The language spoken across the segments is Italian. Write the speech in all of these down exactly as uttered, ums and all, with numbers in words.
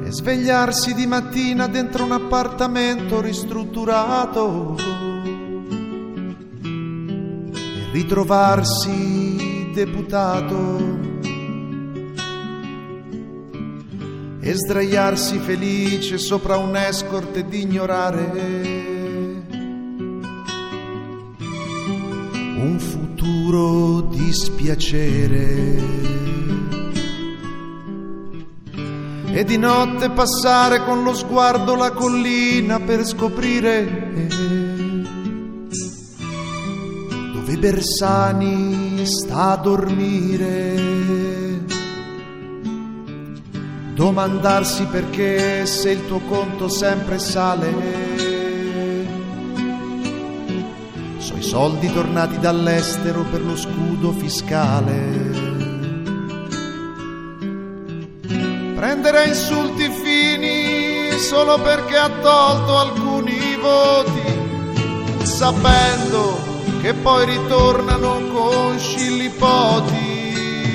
e svegliarsi di mattina dentro un appartamento ristrutturato e ritrovarsi deputato e sdraiarsi felice sopra un escort ed ignorare un futuro dispiacere, e di notte passare con lo sguardo la collina per scoprire dove Bersani sta a dormire, domandarsi perché se il tuo conto sempre sale, i soldi tornati dall'estero per lo scudo fiscale, prendere insulti fini solo perché ha tolto alcuni voti, sapendo che poi ritornano con scillipoti,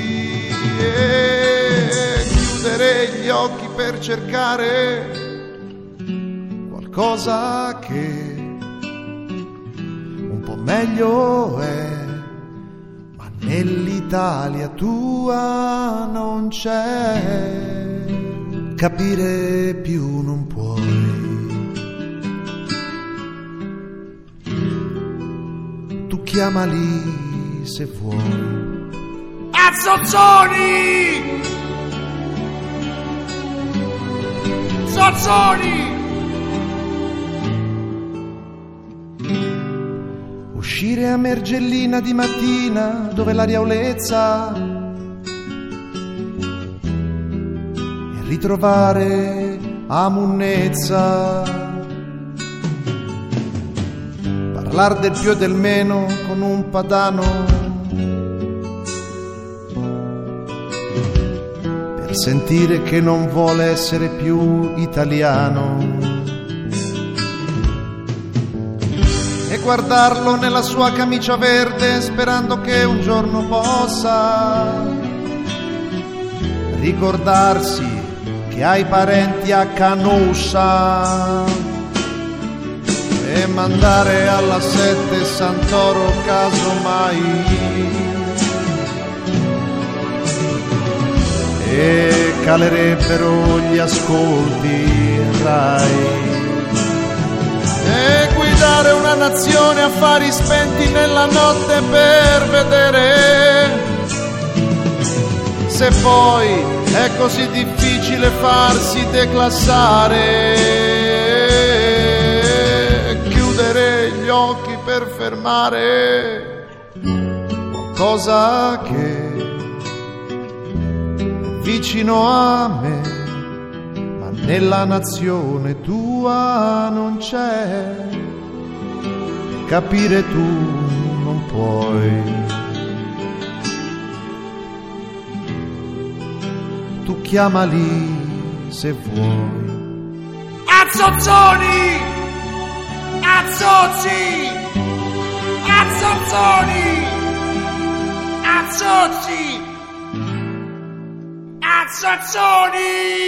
e chiudere gli occhi per cercare qualcosa che meglio è, ma nell'Italia tua non c'è, capire più non puoi. Tu chiamali se vuoi. Azzozzoni! Zozzoni! Uscire a Mergellina di mattina dove l'aria olezza e ritrovare a Munnezza, parlar del più e del meno con un padano per sentire che non vuole essere più italiano, e guardarlo nella sua camicia verde sperando che un giorno possa ricordarsi che ha i parenti a Canossa e mandare alla sette Santoro casomai, e calerebbero gli ascolti Rai, e guidare una nazione a fari spenti nella notte per vedere se poi è così difficile farsi declassare, chiudere gli occhi per fermare qualcosa che è vicino a me, nella nazione tua non c'è, capire tu non puoi. Tu chiamali se vuoi. Azzozzoni! Azzozzi! Azzozzoni! Azzozzi! Azzozzoni!